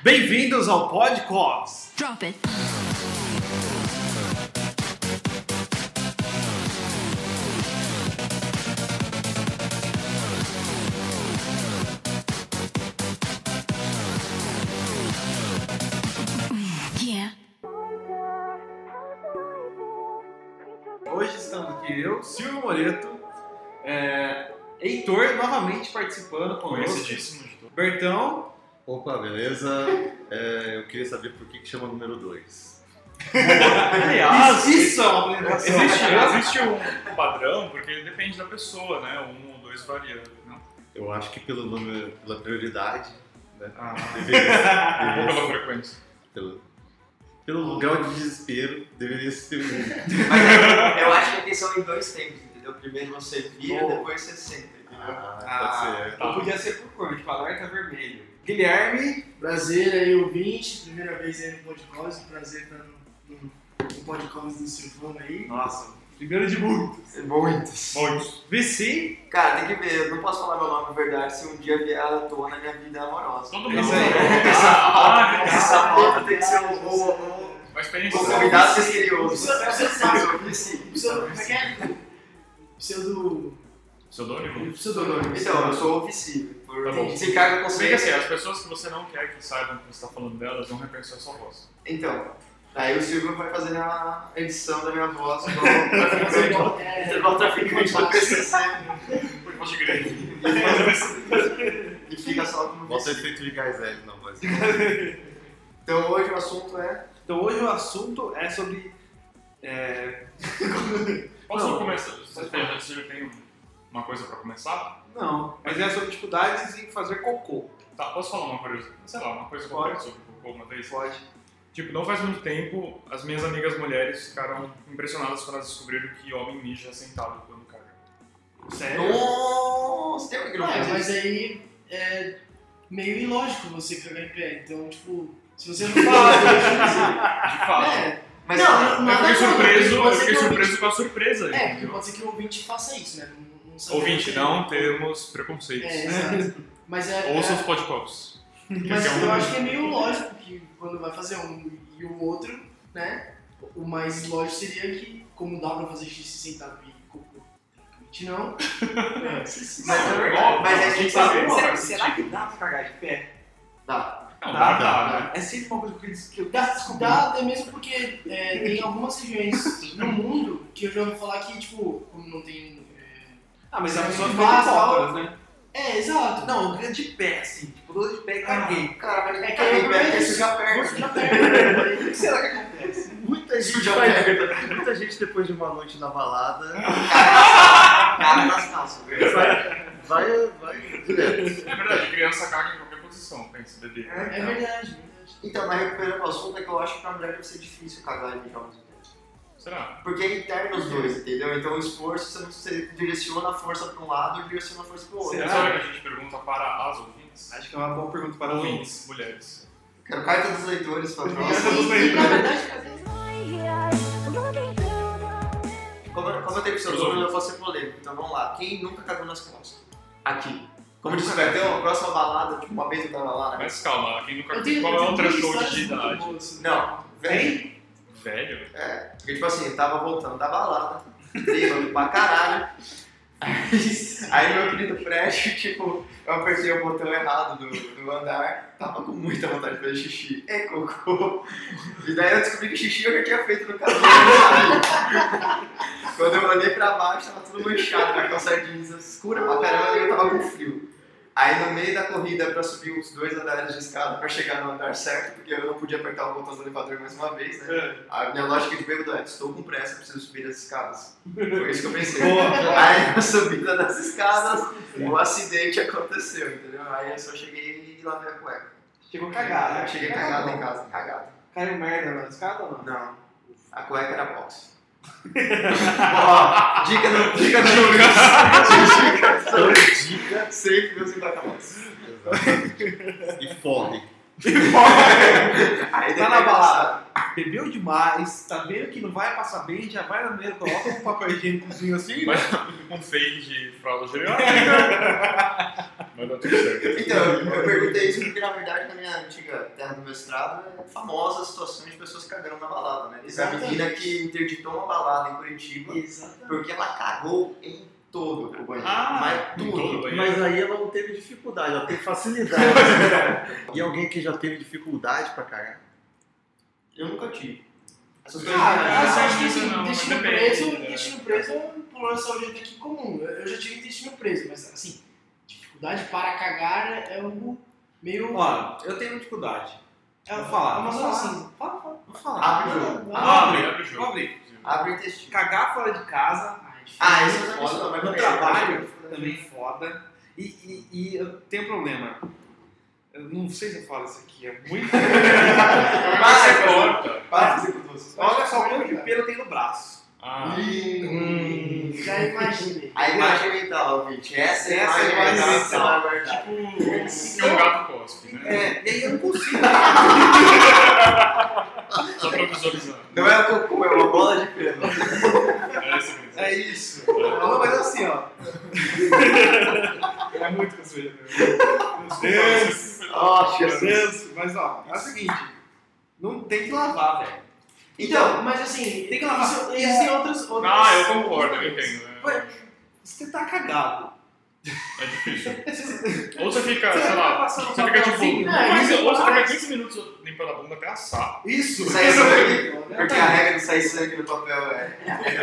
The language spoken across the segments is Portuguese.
Bem-vindos ao Podcast. Drop it. Yeah. Hoje estamos aqui eu, Silvio Moreto, Heitor novamente participando conosco, Conhecidíssimo de tudo. Bertão. Opa, beleza? Eu queria saber por que chama número 2. Aliás, Isso é uma apresentação. existe um padrão, porque depende da pessoa, né? Um ou dois varia, não? Eu acho que pelo número, pela prioridade, né? Ah, Deveria ou pela ser, frequência. pelo grau de desespero, deveria ser um. Mas eu acho que a questão é em dois tempos, entendeu? Primeiro você vira, depois você senta, entendeu? Pode ser. Tá. Podia ser por cor, tipo alerta vermelho. Guilherme. Prazer aí, ouvinte. Primeira vez aí no podcast. Prazer estar no podcast do Silvão aí. Nossa, primeiro de muitos. Muitos. Muitos. Vici. Cara, tem que ver, eu não posso falar meu nome verdade se um dia vier à tona na minha vida amorosa. Todo É mundo. isso aí. Essa volta tem que ser o Uma experiência. convidado misterioso. Você sabe, eu vi sim. Como é que é? Pseudônimo? Pseudônimo. Então, eu sou o vice. Tá bom. Se encarga com Se bem que você. assim, as pessoas que você não quer que saibam que você está falando delas vão reconhecer a sua voz. Então, aí o Silvio vai fazer a edição da minha voz igual o traficante do PCC. Por voz de grande. E fica só como Bota vice. efeito de gás hélio, não, mas. Então hoje o assunto é... Então hoje o assunto é sobre... Posso Não. começar? Você tem uma coisa pra começar? Não, mas é sobre dificuldades em fazer cocô. Tá, posso falar uma coisa? Sei lá, uma coisa Pode. concreta sobre cocô uma vez? Pode. Tipo, não faz muito tempo, as minhas amigas mulheres ficaram impressionadas quando elas descobriram que homem mija sentado quando caga. Sério? Nossa, tem um microfone. Mas aí é meio ilógico você cagar em pé. Então, tipo, se você não fala, De fato. Mas Eu fiquei surpreso, pode ser que o surpreso com a surpresa aí. É, porque entendeu? pode ser que o ouvinte faça isso, né? Não sabe Ouvinte, fazer. não temos preconceitos. É, exato. Mas Ouça os podcasts. Mas eu acho que é meio lógico que quando vai fazer um e o outro, né? O mais lógico seria que, como dá pra fazer xixi sentado e cocô, tecnicamente não. Mas a gente sabe uma. Será que dá pra cagar de pé? Tá. Não, dá, né? É sempre uma coisa que eu Dá até mesmo porque tem algumas regiões no mundo que eu já ouvi falar que, tipo, como não tem. Ah, mas a pessoa Sim, fica de basta, cócoras, né? Exato. Não, eu queria de pé, assim. Tipo, dor de pé e caguei. Cara, mas É ninguém que caga aí em pé porque isso já perde. Você já perde. O que será que acontece? Muita gente, já perde. muita gente depois de uma noite na balada Cara nas calças, velho. vai direto. É verdade, criança caga em qualquer posição, pensa, bebê. É verdade. Então, mas recuperando o assunto, é que eu acho que pra mulher deve ser difícil cagar e mijar ao mesmo tempo. Será? Porque é interno os dois, entendeu? Então o esforço, você direciona a força pra um lado e direciona a força pro outro. Será? Essa hora que a gente pergunta para as ouvintes. Acho que é uma boa pergunta para os ouvintes. Ouvintes, mulheres. Quero carta dos leitores pra E, próxima. na verdade, Como eu tenho pseudônimo, eu vou ser polêmico. Então vamos lá. Quem nunca cagou nas costas? Aqui. Como disse o Bertão, a próxima balada, tipo, uma vez eu tava lá, né? Mas calma, quem nunca eu tenho, qual é o threshold de muito idade? boas, assim. Não, velho. Velho? Porque, tipo assim, eu tava voltando da balada, bêbado pra caralho. Aí meu querido prédio, tipo, eu apertei o botão errado do andar, tava com muita vontade de fazer xixi e cocô. E daí eu descobri que xixi eu já tinha feito no cabelo, sabe? Quando eu olhei pra baixo, tava tudo manchado, na calça jeans escura pra caramba e eu tava com frio. Aí no meio da corrida, pra subir os 2 andares de escada pra chegar no andar certo, porque eu não podia apertar o botão do elevador mais uma vez, né? A minha lógica de bêbado é, estou com pressa, preciso subir as escadas. Foi isso que eu pensei. Aí na subida das escadas, o acidente aconteceu, entendeu? Aí eu só cheguei e lavei a cueca. Chegou cagado, né? Cheguei cagado em casa, cagado. Caiu merda na escada ou não? Não, a cueca era boxe. Ó, dica no dica sempre você vai boxe. E fome. Aí Tá na balada. bebeu demais, tá vendo que não vai passar bem, já vai no banheiro, coloca um papel higiênicozinho assim. Vai um fake de fralda geriátrica. Vai dar tudo certo. Então, eu perguntei isso porque, na verdade, na minha antiga terra do mestrado, é famosa a situação de pessoas cagando na balada, né? Teve a menina que interditou uma balada em Curitiba porque ela cagou em todo o banheiro. Mas em todo o tudo. banheiro. Mas aí ela não teve dificuldade, ela teve facilidade. E alguém que já teve dificuldade pra cagar? Eu nunca tive. Essas Mas coisas eu acho que não, mas intestino depende, intestino preso é um problema de saúde até que comum. Eu já tive intestino preso, mas assim, dificuldade para cagar é algo meio. Ó, eu tenho dificuldade. É Vou falar. uma zona assim. Fala. Vou falar. Abre o jogo. Abre o jogo. Vou abrir. Abre o intestino. Cagar fora de casa, Ah, isso é foda. foda. No trabalho, também foda. E eu tenho um problema. Eu não sei se eu falo isso aqui, é muito. Você corta. Para de ser cuidadoso. Olha só quanto de pelo tem no braço. Já imaginei. A imagem mental, gente. Essa é a Essa é a imagem imagem mental. mental. Tipo, que um gato cospe, né? É, e aí eu não consigo. Só pra visualizar. Não é um cocô, é uma bola de pelo. É esse mesmo. É isso. Não, mas assim, ó. É muito conselho. Meu Deus. Oh, Meu Jesus. Deus. Mas ó, é o seguinte. Não tem que lavar, velho. Então, mas assim, Tem que lavar. existem outras. Ah, eu concordo, eu entendo. Ué, você tá cagado. É difícil. Ou você fica, Você sei vai lá, passando você fica tipo. papelzinho, Ou você fica 15 minutos limpando a bunda até assar. Isso. Sai sangue, porque a regra de sair sangue no papel é.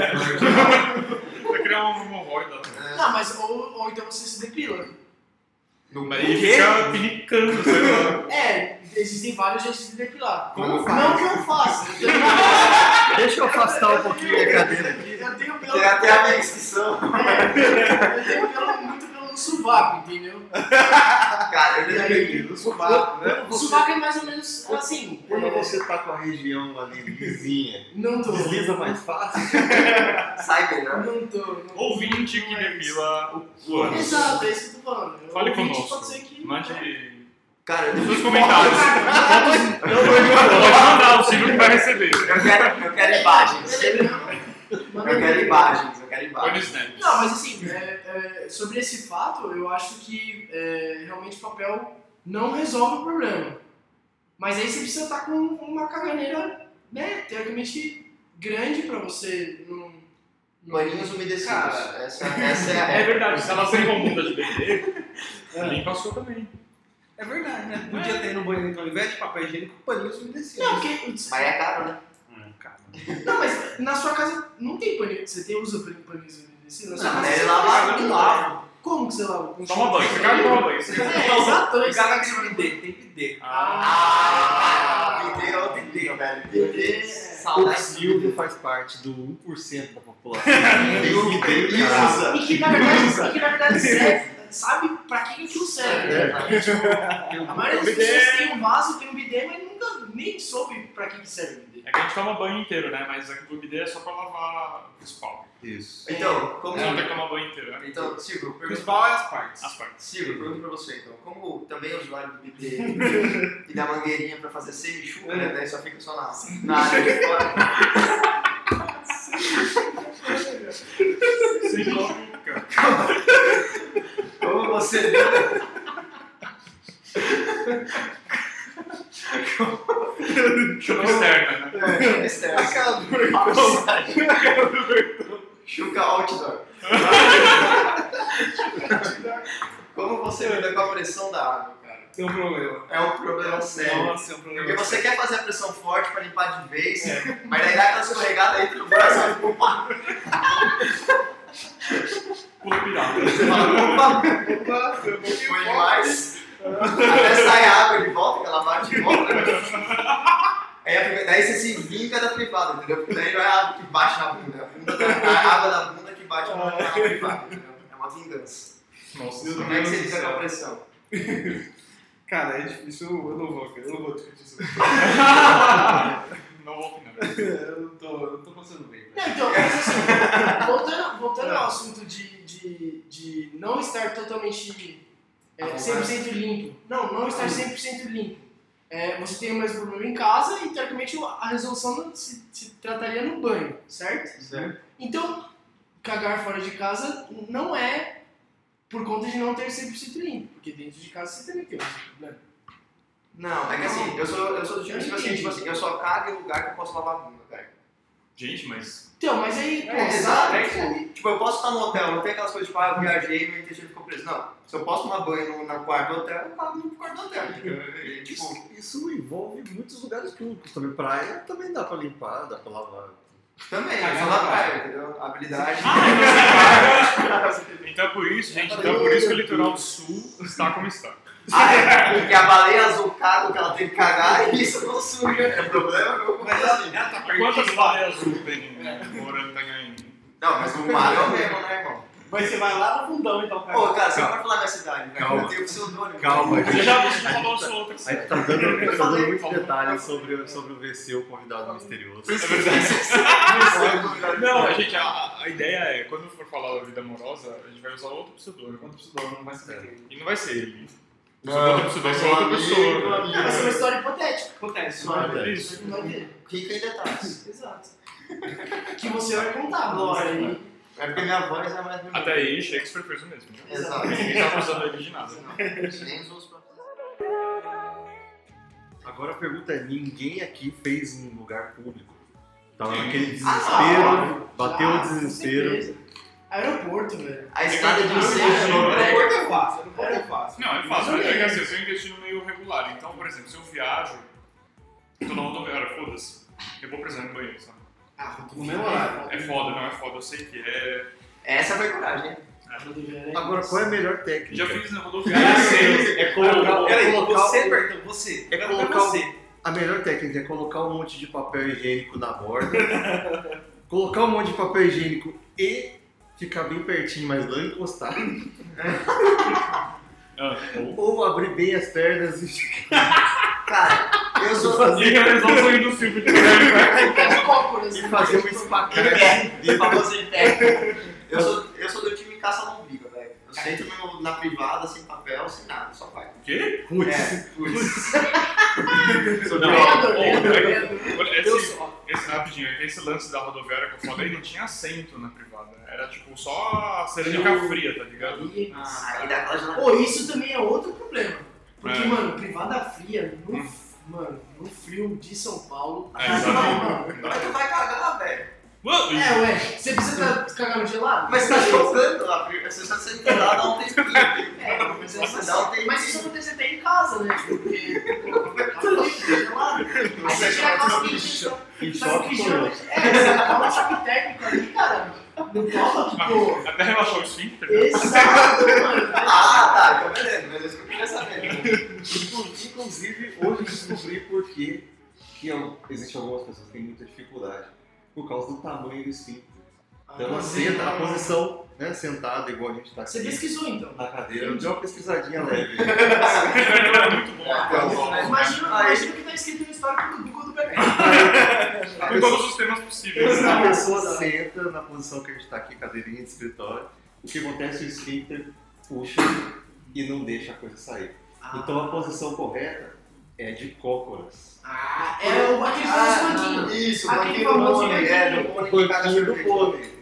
Vai criar uma hemorroida. Não, mas ou então você se depila. Mas aí fica pinicando, sei lá. É, existem vários jeitos de depilar. Como Não que eu faça. Deixa eu afastar um pouquinho a cadeira aqui. Eu tenho pelo. Tem até a minha inscrição. Eu tenho muito pelo no sovaco, entendeu? Cara, eu nem No sovaco, né? O sovaco é mais ou menos assim. Quando você tá com a região ali lisinha, Não tô. desliza mais fácil. sai melhor. Não tô. Ouvinte que depila o ânus. Exato, é isso que eu tô falando. Fale Ouvinte conosco. Pode ser que. Mande Cara, eu nos comentários. Pode mandar, o Silvio que vai receber. Eu quero imagens. Eu quero imagens. Põe no Snap. Não, mas assim, sobre esse fato, eu acho que realmente o papel não resolve o problema. Mas aí você precisa estar com uma caganeira, né, teoricamente grande pra você não... Paninhos umedecidos. Cara, Essa é a É regra. verdade, se ela tem com bunda de bebê, limpa a sua também. É verdade, né? Podia ter no banheiro, então, ao invés de papel higiênico, paninhos umedecidos. Não, porque... Mas é caro, né? Cara. Não, mas na sua casa não tem paninho. Você usa paninhos umedecidos? Não, mas ele lava Eu não lavo. Como que você lava? Com Toma banho, você caga e toma banho. Exato. O cara que bidê, tem bidê. Bidê é outro bidê, velho. Bidê, O saudade. Silvio faz parte do 1% da população. E usa. E que na verdade serve. Sabe pra que aquilo serve, né? A maioria das pessoas tem um vaso, tem um bidê, mas nunca nem soube pra que serve o bidê. É que a gente toma banho inteiro, né? Mas o bidê é só pra lavar o principal. Isso. Então, como... Você não tem que tomar banho inteiro, né? Então, Silvio, O pergunta... principal é as partes. As partes. Silvio, pergunta pra você, então. Como também é usuário do bidê e da mangueirinha pra fazer semi-chuva, né? Daí só fica só na área de fora. Sem lógica. Como você... Chuva externa, né? É, externo. Aquela Chuca outdoor. Como você lida com a pressão da água, cara? tem um problema. É um problema sério. Nossa, é um problema. Porque você quer fazer a pressão forte pra limpar de vez, mas daí dá aquela escorregada aí no braço. Pula pirata. Você fala, opa, foi demais. Até sai a água de volta, que ela bate de volta. Né? Daí você se vinga da privada, entendeu? Porque daí não é a água que bate na bunda, é a água da bunda que bate na privada, entendeu? É uma vingança. Nossa, Como é que você lida com a pressão? Cara, é difícil, eu não vou discutir isso. Não vou opinar. Eu não tô passando bem. Não, então, mas assim, voltando ao assunto de não estar totalmente 100% limpo. Não estar 100% limpo. você tem o mesmo problema em casa e, teoricamente, a resolução se trataria no banho, certo? Certo. Então, cagar fora de casa não é por conta de não ter 100% limpo, porque dentro de casa você também tem esse problema. Não, é que assim, eu sou do tipo assim, eu só cago em lugar que eu posso lavar a bunda, velho. Gente, mas... Então, mas aí, pô, Exato, sabe? tipo, eu posso estar no hotel, não tem aquelas coisas tipo, eu viajei e meu intestino ficou preso. Não, se eu posso tomar banho no quarto do hotel, eu cago no quarto do hotel. Tipo, Isso envolve muitos lugares públicos também. Praia também dá pra limpar, dá pra lavar. também, eu só na praia, entendeu? Habilidade. Então é por isso, gente, então é por isso que o litoral sul está como está. Porque a baleia azul caga o que ela tem que cagar e isso não suja. É problema meu. Mas assim, ela tá Quantas perdido. baleias azul tem morando em... Não, mas o mar é o mesmo, né, irmão? Mas você vai lá no fundão, então, cara. Pô, cara, você não vai falar minha cidade, velho. Calma. Eu tenho pseudônimo. Calma, Você gente. já falou as outras. A gente tá dando muitos detalhes sobre o VC, o convidado misterioso. É verdade. Não, gente, a ideia é, quando for falar da vida amorosa, a gente vai usar outro pseudônimo. Não vai saber. E não vai ser ele. Não, Outro pseudônimo vai ser outra pessoa. Vai ser uma história hipotética. Acontece. Isso. Não vai ter. Rica em detalhes. Exato. Que você vai contar, Glória. É porque minha voz é mais bonita. Até aí, Shakespeare fez o mesmo. Né? Exato. Ninguém tá acusando ele de nada. Não, nem os outros Agora a pergunta é, ninguém aqui fez em lugar público? Tava naquele não. desespero, bateu o Com desespero. certeza. Aeroporto, velho. A escada de incêndio no Aeroporto prédio. é fácil, aeroporto é fácil. Não, é fácil, mas é que assim, eu tenho um destino meio regular. Então, por exemplo, se eu viajo, tô na rodoviária, foda-se, eu vou precisar ir no banheiro, sabe? No mesmo horário. É foda, não é foda, eu sei que é... Essa foi coragem, hein? Agora, qual é a melhor técnica? Já fiz na rodoviária, sei. É colocar, Peraí, colocar você, o- Bertão, você. É Pra colocar você. A melhor técnica é colocar um monte de papel higiênico na borda, colocar um monte de papel higiênico e ficar bem pertinho, mas não encostar. Ou abrir bem as pernas e ficar. Cara, eu sou... E realizar o sonho do Silvio de verdade. E fazer um espacate. famoso interno. Eu sou do time caça lombriga, velho. Eu sento na privada, sem papel, sem nada, só vai. O quê? Putz. Esse rapidinho, esse lance da rodoviária que eu falei não tinha assento na privada. Era tipo só a cerâmica fria, tá ligado? Aí, Aí dá aquela gelada. pô, isso também é outro problema. Porque, É. mano, privada fria, no frio de São Paulo. É, exatamente. Mas tu vai cagar, velho. Mano, Ué, você precisa cagar no gelado? Mas tá chocando lá, você está sendo lá, dá um tempinho. Mas Você dá um tempinho. Mas isso acontece até em casa, né? Porque tá frio, gelado. Aí você tira a calça quente, E só choque que com geralmente. Você dá um choque térmico ali, cara. Não topa que, pô. até relaxar o esfíncter. Exato, mano. Ah, tá, então beleza, mas isso que eu queria saber. Inclusive, hoje eu descobri por que existem algumas pessoas que têm muita dificuldade. Por causa do tamanho do esfíncter. Então ela senta na posição, né, sentada, igual a gente está Você aqui, pesquisou então? na cadeira. Eu dei uma pesquisadinha leve. É muito bom. Imagina o que tá escrito no histórico do Google do bebê. Com todos os temas possíveis. A pessoa senta na posição que a gente está aqui, cadeirinha de escritório. O que acontece? O esfíncter puxa e não deixa a coisa sair. Então a posição correta é de cócoras. Aquele famoso banquinho. Isso, Aquele banquinho do famoso pônei. banquinho. Do pônei que caga Banquinho do sorvete. pônei.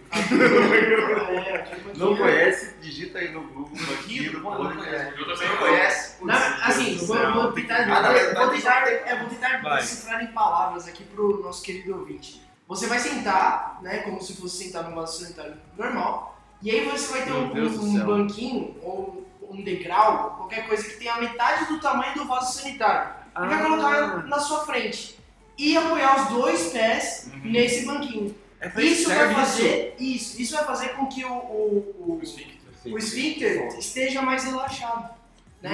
Não Não conhece? Digita aí no Google banquinho do pônei. Eu Você também não conhece? Assim, vou tentar decifrar em palavras aqui pro nosso querido ouvinte. Você vai sentar, né, como se fosse sentar num vaso sanitário normal, e aí você vai ter Meu Deus do um céu. banquinho ou um degrau, qualquer coisa que tenha a metade do tamanho do vaso sanitário. E vai colocar na sua frente. E apoiar os dois pés nesse banquinho. Isso vai fazer com que o esfíncter esteja mais relaxado. Né?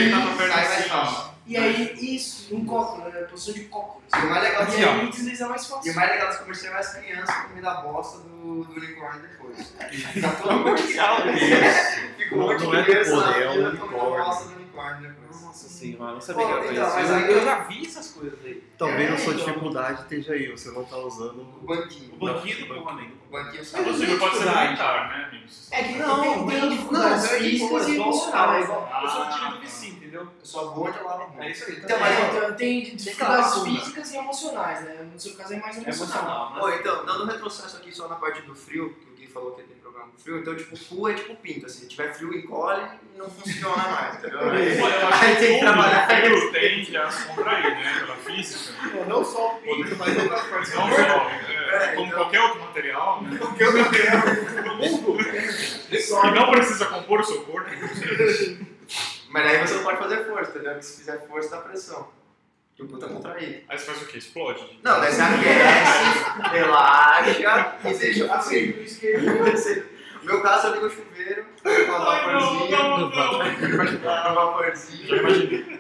E aí, isso, um cócoras, né? Posição de cócoras. E o mais legal E aí desliza mais E fácil. o mais legal desse comercial é as crianças comendo a bosta do unicórnio depois. Tá todo mundo legal. Fica um monte de Não é do criança na poder, é um fila comendo a unicórnio. bosta do unicórnio depois. Nossa senhora, não sabia Pô, que era então, isso. mas aí Eu já vi essas coisas aí. talvez a sua então. dificuldade esteja aí, você não tá usando O banquinho. O banquinho do Pony. O banquinho A sabe. possível pode ser militar, né, amigos? É que Não, tem dificuldades físicas e emocionais. né? Eu sou o time do vizinho, entendeu? Eu só vou onde eu lavo a mão. É isso aí. Então, mas, ó, Tem que dificuldades lavar a bunda. físicas e emocionais, né? No seu caso é mais É emocional. emocional, Pô, né? então, dando retrocesso aqui só na parte do frio, que o Gui falou que tem problema com frio, então, tipo, cu é tipo pinto, assim, se tiver frio, encolhe e não funciona mais, entendeu? Olha, eu acho Aí que tem que trabalhar. todo frio tende a se contrair, né, pela física. Não só o pinto, mas outras partes. Não só, como então- qualquer outro material, né, Porque eu não quero no mundo. que não precisa compor o seu corpo. Mas aí você não pode fazer força, entendeu? Porque se fizer força, dá pressão. Que o cu tá contraído. Aí você faz o quê? Explode? Não, daí você aquece, relaxa e deixa Assim, assim. No meu caso, eu ligo o chuveiro, com uma vaporzinha, um vaporzinho, Já imaginei.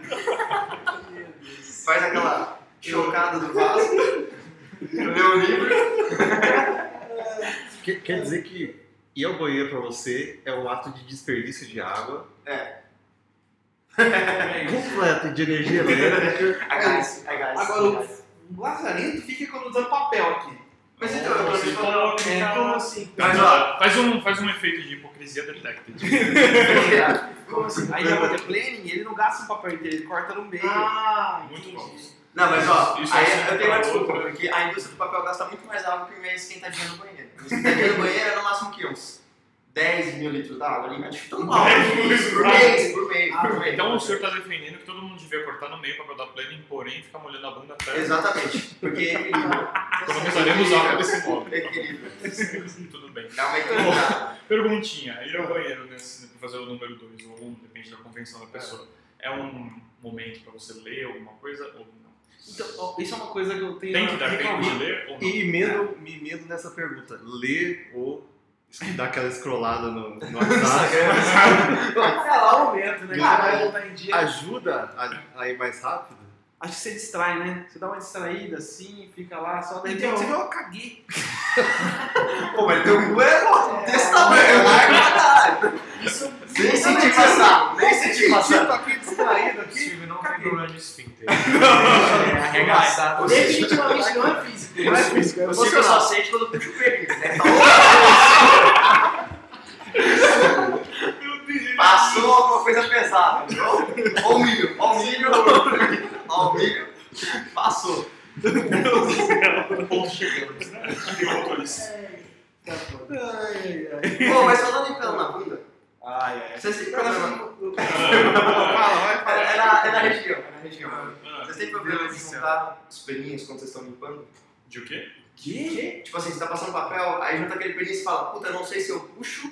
faz aquela chocada do vaso, lê o livro. Quer dizer que ir ao banheiro pra você é um ato de desperdício de água, completo de energia elétrica. É gás. Agora, o lazarento fica economizando papel aqui. Mas então, eu tô te falando. Como assim? Mas ó, Faz um efeito de hipocrisia detected. Como assim? Aí já vai ter planning, ele não gasta um papel inteiro, ele corta no meio. Ah, Muito entendi. bom. não, mas ó, Isso aí é eu tenho uma outra. desculpa, porque a indústria do papel gasta muito mais água que minha esquentadinha no banheiro. Minha esquentadinha no banheiro é no máximo o quê? Uns 10 mil litros d'água ali, mas tão mal. 10 mil litros Por d'água. mês, por mês. Então o senhor está defendendo que todo mundo devia cortar no meio o papel da planning, porém ficar molhando a bunda até. Exatamente, porque é equilíbrio. Economizaremos água desse modo. Equilíbrio. Tudo bem. Dá uma equilibrada. Perguntinha, ir ao banheiro pra fazer o número 2 ou 1, depende da convenção da pessoa. É um momento para você ler alguma coisa ou não? Então, ó, isso é uma coisa que eu tenho. Tem que dar tempo de reclamado. ler ou não? E medo nessa pergunta, ler ou dar aquela scrollada no WhatsApp É lá o momento, né? Cara, Vai voltar em dia. ajuda a ir mais rápido? Acho que você distrai, né? Você dá uma distraída assim, fica lá, só daí Então- você vê, eu caguei. Pô, mas teu cu é desse tamanho, larga pra caralho. Isso Nem senti passar, nem senti passar. Tô aqui distraído aqui. Silvio não tem Caguei. problema de esfíncter. É arregaçado. definitivamente não é físico. Não é físico, é O Silvio emocional. só sente quando puxa o pelinho, né? Passou alguma coisa pesada, entendeu? Ó o milho, ó o milho, ó o milho. Passou. Ponto chegamos, né? Motorista. Tá foda. Ai, ai. Pô, mas falando em pelo na bunda, Ai, ai. vocês têm problema. Fala, vai. É na região, é na região. Ah, Vocês têm problema de juntar os pelinhos quando vocês estão limpando? de o quê? Que? Tipo assim, você tá passando papel, aí junta aquele pelinho e você fala, puta, eu não sei se eu puxo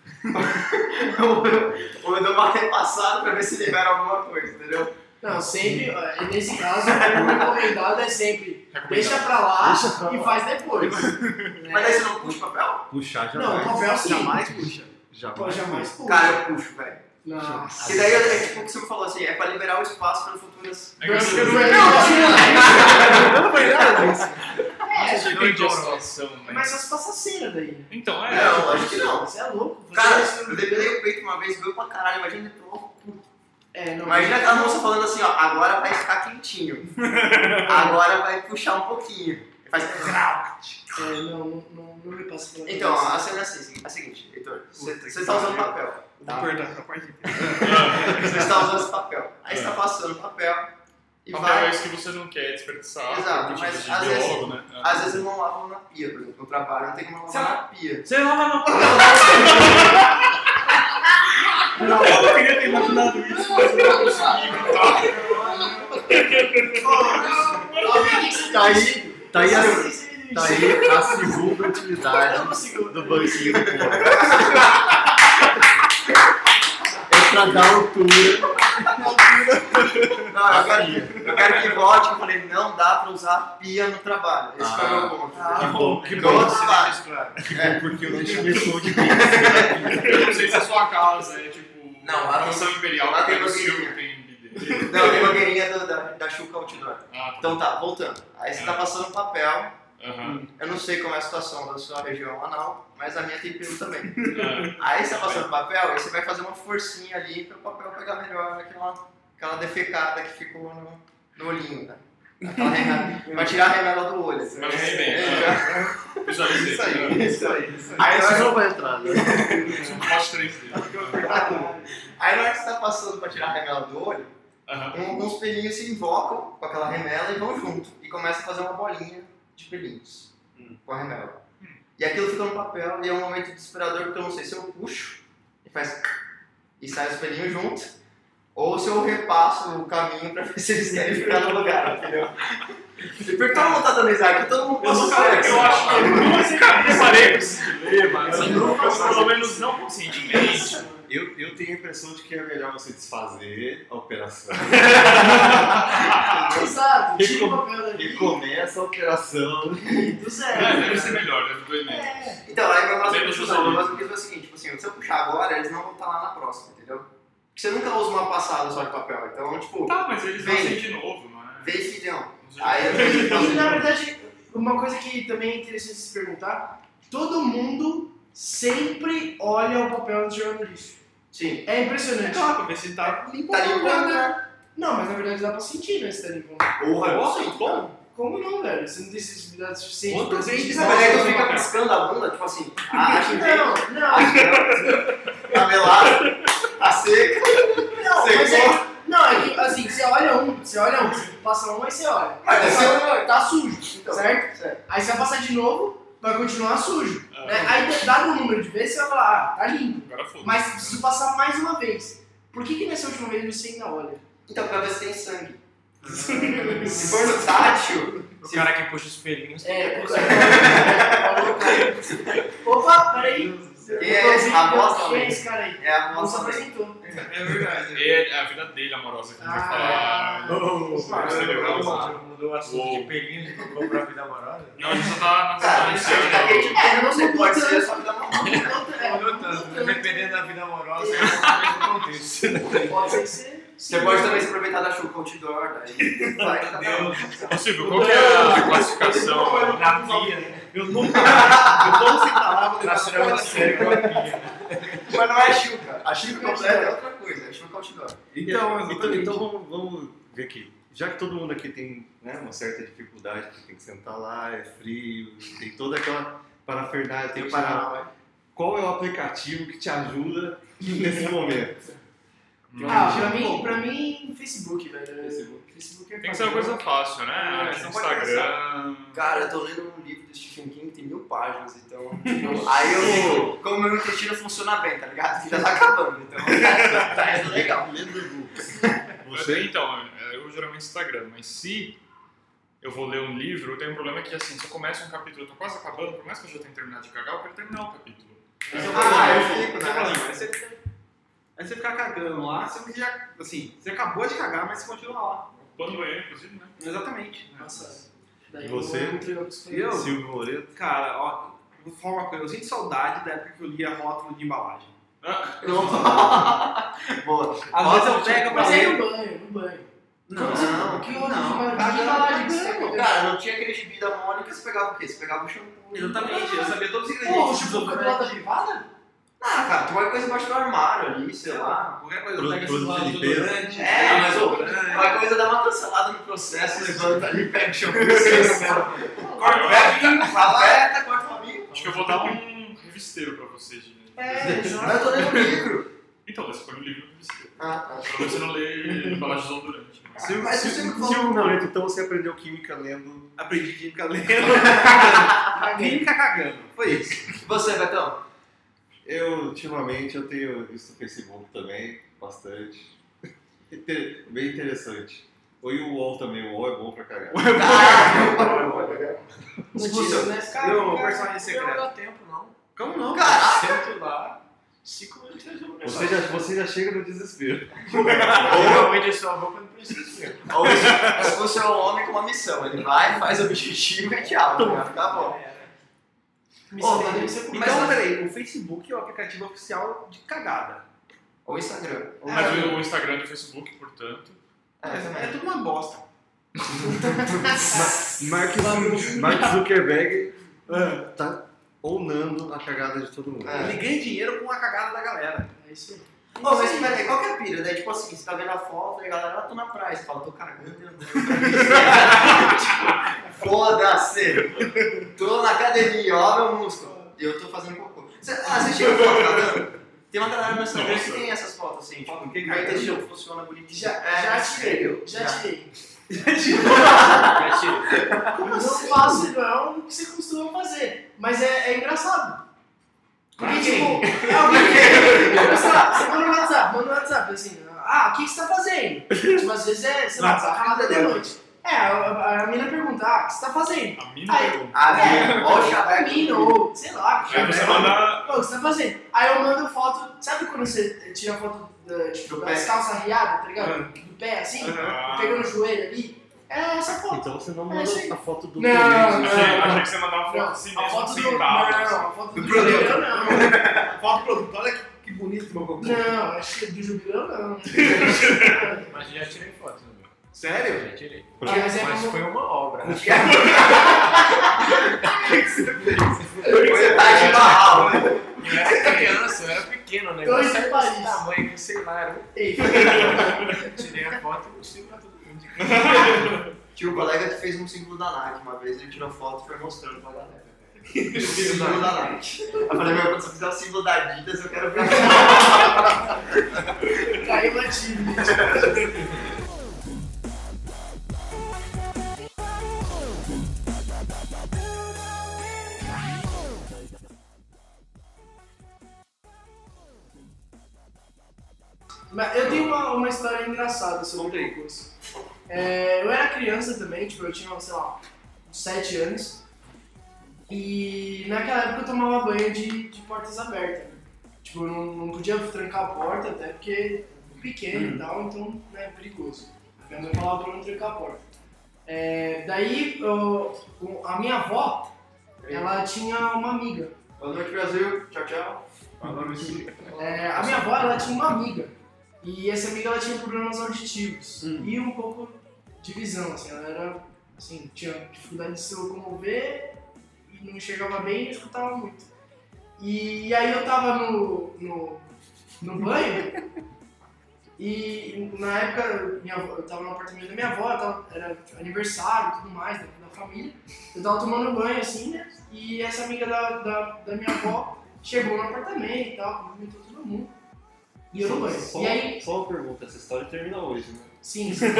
ou eu dou uma repassada pra ver se libera alguma coisa, entendeu? Não, sempre, nesse caso, o recomendado é sempre deixa pra lá e faz depois. Mas daí você não puxa o papel? Puxar Não, jamais. o papel sim. Jamais puxa. Pô, jamais puxa. Cara, eu puxo, velho. Nossa. E daí é tipo o que você me falou assim, é pra liberar o espaço para futuras. É que eu acho que eu Não foi nada disso. não entendi a situação, Mas só se passa cera daí. Então, Não, acho que não. Você é louco. Cara, Você- eu depilei o peito uma vez, doeu pra caralho, imagina depois. não. Imagina aquela moça falando assim, ó, agora vai ficar quentinho. Agora vai puxar um pouquinho. Faz. Não me passa pela Então, cabeça. a cena é assim, a seguinte, Heitor, você tá usando papel. Vou perder essa parte. Você está usando esse papel. Aí você tá passando papel e papel é vai. isso que você não quer desperdiçar. Exato, por mas motivo às de vezes- biólogo, né? Às vezes eu não lavo na pia, por exemplo, no trabalho não tem como lavar na pia. Você lava na Não, eu queria ter imaginado isso, mas eu não consegui evitar. Tá aí a segunda utilidade do banquinho do povo. É pra dar altura. Não, eu quero que volte, eu falei, não dá pra usar pia no trabalho. Esse foi o meu ponto. Que bom, que Do bom. outro lado. Porque eu não começou de vez. Eu não sei se a sua casa é tipo. Não, lá tem- mansão imperial, lá lá tem tem o banheirinha. Silvio, tem bidê. Não, tem mangueirinha da Chuca Outdoor. Ah, Então tá, voltando. Aí você tá passando papel. Aham. Eu não sei como é a situação da sua região anal, mas a minha tem pelo também. Ah, Aí você tá passando papel, aí você vai fazer uma forcinha ali para o papel pegar melhor aquela defecada que ficou no olhinho, né? Aquela remela. Pra tirar a remela do olho. Assim. Imaginei bem. Visualizei. Isso aí. Aí Isso na hora- não vai entrar, né? Um pote 3D. aí na hora que você tá passando pra tirar a remela do olho, Aham. uns pelinhos se invocam com aquela remela e vão junto. E começam a fazer uma bolinha de pelinhos com a remela. E aquilo fica no papel e é um momento desesperador porque eu não sei se eu puxo e faz e sai os pelinhos junto. Ou se eu repasso o caminho pra ver se eles querem ficar no lugar, entendeu? E por que todo mundo tá dando risada? Que todo mundo Eu passa acho que eu nunca reparei com esse dilema, assim, pelo menos não conscientemente. Eu tenho a impressão de que é melhor você desfazer a operação Exato, E tira o com- papel e dali começa a operação. do zero. Deve ser melhor, deve doer menos. Então, aí meu Menos masoquismo é o seguinte, tipo assim, se eu puxar agora, eles não vão estar lá na próxima, entendeu? Porque você nunca usa uma passada só de papel, então, tipo, Tá, mas eles Vem. nascem de novo, não é? vem fidão. Não sei. Aí eu E na verdade, uma coisa que também é interessante se perguntar, todo mundo sempre olha o papel antes de jogar no lixo. Sim. É impressionante. Claro, pra ver se tá limpo. Tá limpando, né? Não, mas na verdade dá pra sentir, né, se tá limpando. Porra, eu sei, Como? Como não, velho? Você não tem sensibilidade suficiente Quanto pra gente sentir. sabe? Mas aí tu fica piscando a bunda, tipo assim, acho que Não, tá melado, tá seca, não, mas secou. é, não, é que assim, você olha você passa um, aí você olha. Mas Aí você olha. tá sujo, Então, certo? Aí você vai passar de novo, vai continuar sujo. Ah. Né? Aí dado o número de vezes, você vai falar, tá limpo. Agora foda. Mas se passar mais uma vez, por que nessa última vez você ainda olha? Então, pra ver se tem sangue. Se for no tátil, O cara que puxa os pelinhos. É, opa, peraí. Quem é esse? A voz Quem é também. esse cara aí? É a Não se nossa apresentou. É verdade. É a vida dele amorosa que a gente vai falar. Você lembrar o- Mudou o assunto de pelinhos e colocou pra vida amorosa. Não, a gente só tá Cara, isso aqui tá iniciando. quente. Eu não sei, pode ser só que dá uma Mudou tanto, dependendo da vida amorosa, é o mesmo contexto. Pode ser que você. Você pode também se aproveitar da chuva outdoor, daí vai cada um. Ô Silvio, qual que é a classificação? Na pia, né? Eu não sei falar, vou Nacionalmente sério com a pia. Mas não é chuca. A chuca completa é outra coisa, é chuca outdoor. Então, exatamente. Então vamos ver aqui. Já que todo mundo aqui tem, né, uma certa dificuldade, porque tem que sentar lá, é frio, tem toda aquela parafernália, tem que parar. Qual é o aplicativo que te ajuda nesse momento? Pra mim, Facebook, velho. Facebook é Tem que ser uma coisa fácil, né? Não pode Instagram. Cara, eu tô lendo um livro do Stephen King que tem 1000 páginas, então. Aí eu fico, como meu intestino funciona bem, tá ligado? Que já tá acabando, então. Tá indo legal. Então, eu geralmente Instagram, mas se eu vou ler um livro, eu tenho um problema que assim, se eu começo um capítulo, eu tô quase acabando, por mais que eu já tenha terminado de cagar, eu quero terminar o capítulo. Eu fico, né? Aí você fica cagando lá, sendo que já, assim, você acabou de cagar, mas você continua lá. Quando no banheiro, inclusive, né? Exatamente. Nossa. Daí E você? eu vou entregar pros colegas. Eu? Silvio Moreto? Cara, ó, vou falar uma coisa, eu sinto saudade da época que eu lia rótulo de embalagem. Boa. Às vezes eu pego pra Mas aí ler. no banho. Não, Que outro não. que embalagem que você pegou? Cara, não tinha aquele gibi da Mônica, você pegava o quê? Você pegava o shampoo. Exatamente, eu sabia todos os Pô, o ingredientes. chupa foi do lado da privada? Ah, cara, tu vai coisa embaixo do armário ali, sei Sei lá. lá, qualquer coisa, eu pego esse Produto lado de do limpeza. desodorante. É, mas ô, desodorante. uma coisa dá uma cancelada no processo, levanta ali, pega o shampoo, Corta o corta, paleta, corta o amigo. Acho que eu vou dar um revisteiro pra vocês. Gente. Mas eu tô lendo um livro. Então, você põe o livro no revisteiro. Ah, tá. Pelo menos você não lê embalagem desodorante. Mas você me falou. Silvio Moreto, então você aprendeu química lendo. Aprendi química lendo. Química cagando. Foi isso. E você, Betão? Ultimamente, eu tenho visto o Facebook também, bastante. Bem interessante. E o UOL também, o UOL é bom pra cagar. Notícias, né? Meu personagem Não secreto. dá tempo, não. Como não? Caraca! Sento lá, 5 minutos resolve. Você já chega no desespero. Geralmente essa roupa não precisa ser. Ou se você é um homem com uma missão, ele vai, faz o objetivo e tchau, vai ficar bom. Missão dele deve ser por Então, peraí, o Facebook é o aplicativo oficial de cagada. Ou Instagram. Mas o Instagram e o Facebook, portanto. É tudo uma bosta. Mark Zuckerberg tá ownando a cagada de todo mundo. É. Ele ganha dinheiro com a cagada da galera. É isso aí. Ô, mas peraí, qual que é a pira? Daí, tipo assim, você tá vendo a foto e a galera, tô na praia, você fala, tô cagando e andando. parceiro. Tô na academia, ó meu músculo. E eu tô fazendo cocô. Você tira foto cagando? Tem uma galera no Instagram que tem essas fotos assim, tipo, Foto que como é que cagando? intestino funciona bonitinho. Já tirei. Já tirei. Já tirei. Não faço, não é o que você costuma fazer. Mas é engraçado. Porque, tipo, sei lá, você manda no WhatsApp, assim, o que você tá fazendo? Tipo, às vezes é, sei lá, calada da noite. A mina pergunta, o que você tá fazendo? A mina Aí- pergunta. Ó o A chaveco. mina, ou sei lá, Aí você manda. o que você tá fazendo? Aí eu mando foto, sabe quando você tira foto tipo, Do das pé. calças riadas, tá ligado? Do pé, assim, pegando o joelho ali? É essa foto. Então você não É isso aí. manda a foto do Não, começo. Achei que você mandava uma foto Não, assim a mesmo, foto do. sentado. assim. Não, a foto do Do produto. jubileu não. Foto do produto, olha que bonito meu cocô. Não, acho que do jubileu não. Mas já tirei foto, né? Sério? Já tirei. Mas é Mas como- foi uma obra. Né? Você tá de barral. Eu era criança, eu era pequeno, né? Dois Era de desse Paris. tamanho, que sei lá. Ei, Eu tirei a foto e mostrei pra todo mundo. Tinha um colega que fez um símbolo da Nike uma vez, ele tirou foto e foi mostrando pra galera. O símbolo da Nike. Eu falei, meu, quando você fizer o símbolo da Adidas, eu quero ver. caiu batido. Mas eu tenho uma história engraçada sobre cocôs. Eu era criança também, tipo, eu tinha, sei lá, uns 7 anos. E naquela época eu tomava banho de portas abertas. Né? Tipo, eu não podia trancar a porta, até porque pequeno e tal, então né, é perigoso. Minha mãe falava pra eu não trancar a porta. Daí, a minha avó, ela tinha uma amiga. Boa noite, Brasil. Tchau, tchau. A minha avó, ela tinha uma amiga. E essa amiga, ela tinha problemas auditivos. E um pouco de visão, assim. Ela era, assim, tinha dificuldade de se locomover e não enxergava bem e não escutava muito. E aí eu tava no banho e na época eu tava no apartamento da minha avó, era era aniversário e tudo mais da família. Eu tava tomando banho, assim, né? E essa amiga da minha avó chegou no apartamento e tal, cumprimentou todo mundo. E eu no banho. Só, E aí, só uma pergunta, essa história termina hoje, né? sim. Se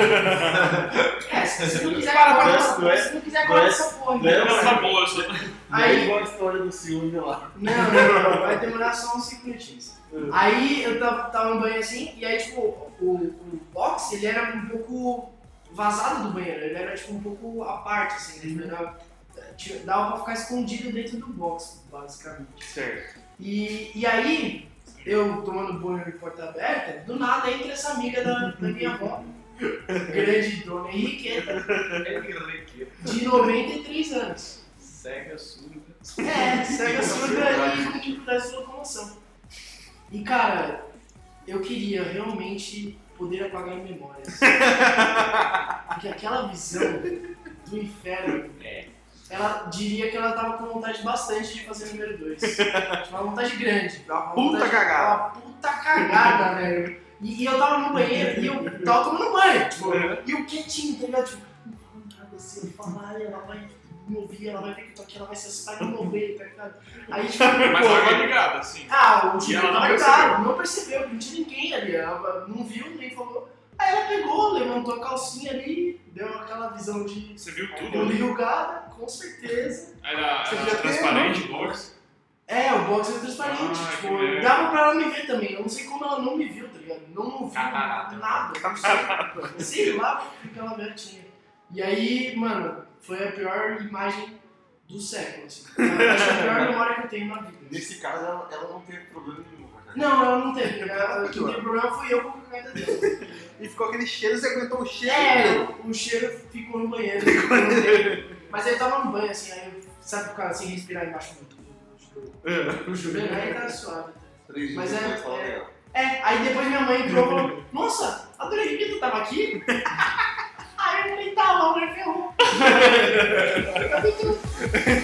você não quiser Não guardar é- essa não é- se não quiser não guardar é- essa porra, não é- então. Essa bolsa. Não é Aí, igual a história do ciúme lá. não, vai demorar só uns 5 minutinhos. Aí eu tava no banho assim, e aí tipo, o box, ele era um pouco vazado do banheiro, ele era tipo um pouco à parte, assim, né? Dava pra ficar escondido dentro do box, basicamente. Certo. E aí, eu tomando banho de porta aberta, do nada entra essa amiga da minha avó, grande Dona Henriqueta, de 93 anos. Cega, surda. Cega surda e com dificuldade de locomoção. E cara, eu queria realmente poder apagar em memórias. Porque aquela visão do inferno, ela diria que ela tava com vontade bastante de fazer número 2. Uma vontade grande. Uma puta cagada. Uma puta cagada, velho. E eu tava no banheiro e eu tava tomando banho, tipo, e eu quietinho, tá ligado? Tipo, assim, eu falar, ela vai me ouvir, ela vai ver que eu tô aqui, ela vai se assustar e me mover, tá ligado? Aí, tipo, Mas pô, tava ligado, assim. o E chuveiro ela não tava percebeu. ligado, não percebeu, não tinha ninguém ali, ela não viu, nem falou. Aí ela pegou, levantou a calcinha ali, deu aquela visão de Você viu tudo olho ali. enrugada, com certeza. Era Você já transparente tem, o box. O box era transparente, Ah, tipo, que merda. dava pra ela me ver também, eu não sei como ela não me viu, tá ligado? Não viu Catarata. nada, não sei lá o que aquela velha tinha. E aí, mano, foi a pior imagem do século, assim. Acho que a pior memória que eu tenho na vida. Nesse caso, ela não teve problema nenhum. Cara. Não, ela não teve. Quem teve problema fui eu com a cagada dela. E ficou aquele cheiro, você aguentou o cheiro. O cheiro ficou no banheiro. Mas ele tava no banho, assim, aí eu, sabe, ficar sem respirar embaixo do chuveiro, aí tá suave. 3 dias Mas depois, fala legal. Aí depois minha mãe entrou e falou, nossa, adorei que tu tava aqui? Aí eu falei, tá, a mãe ferrou.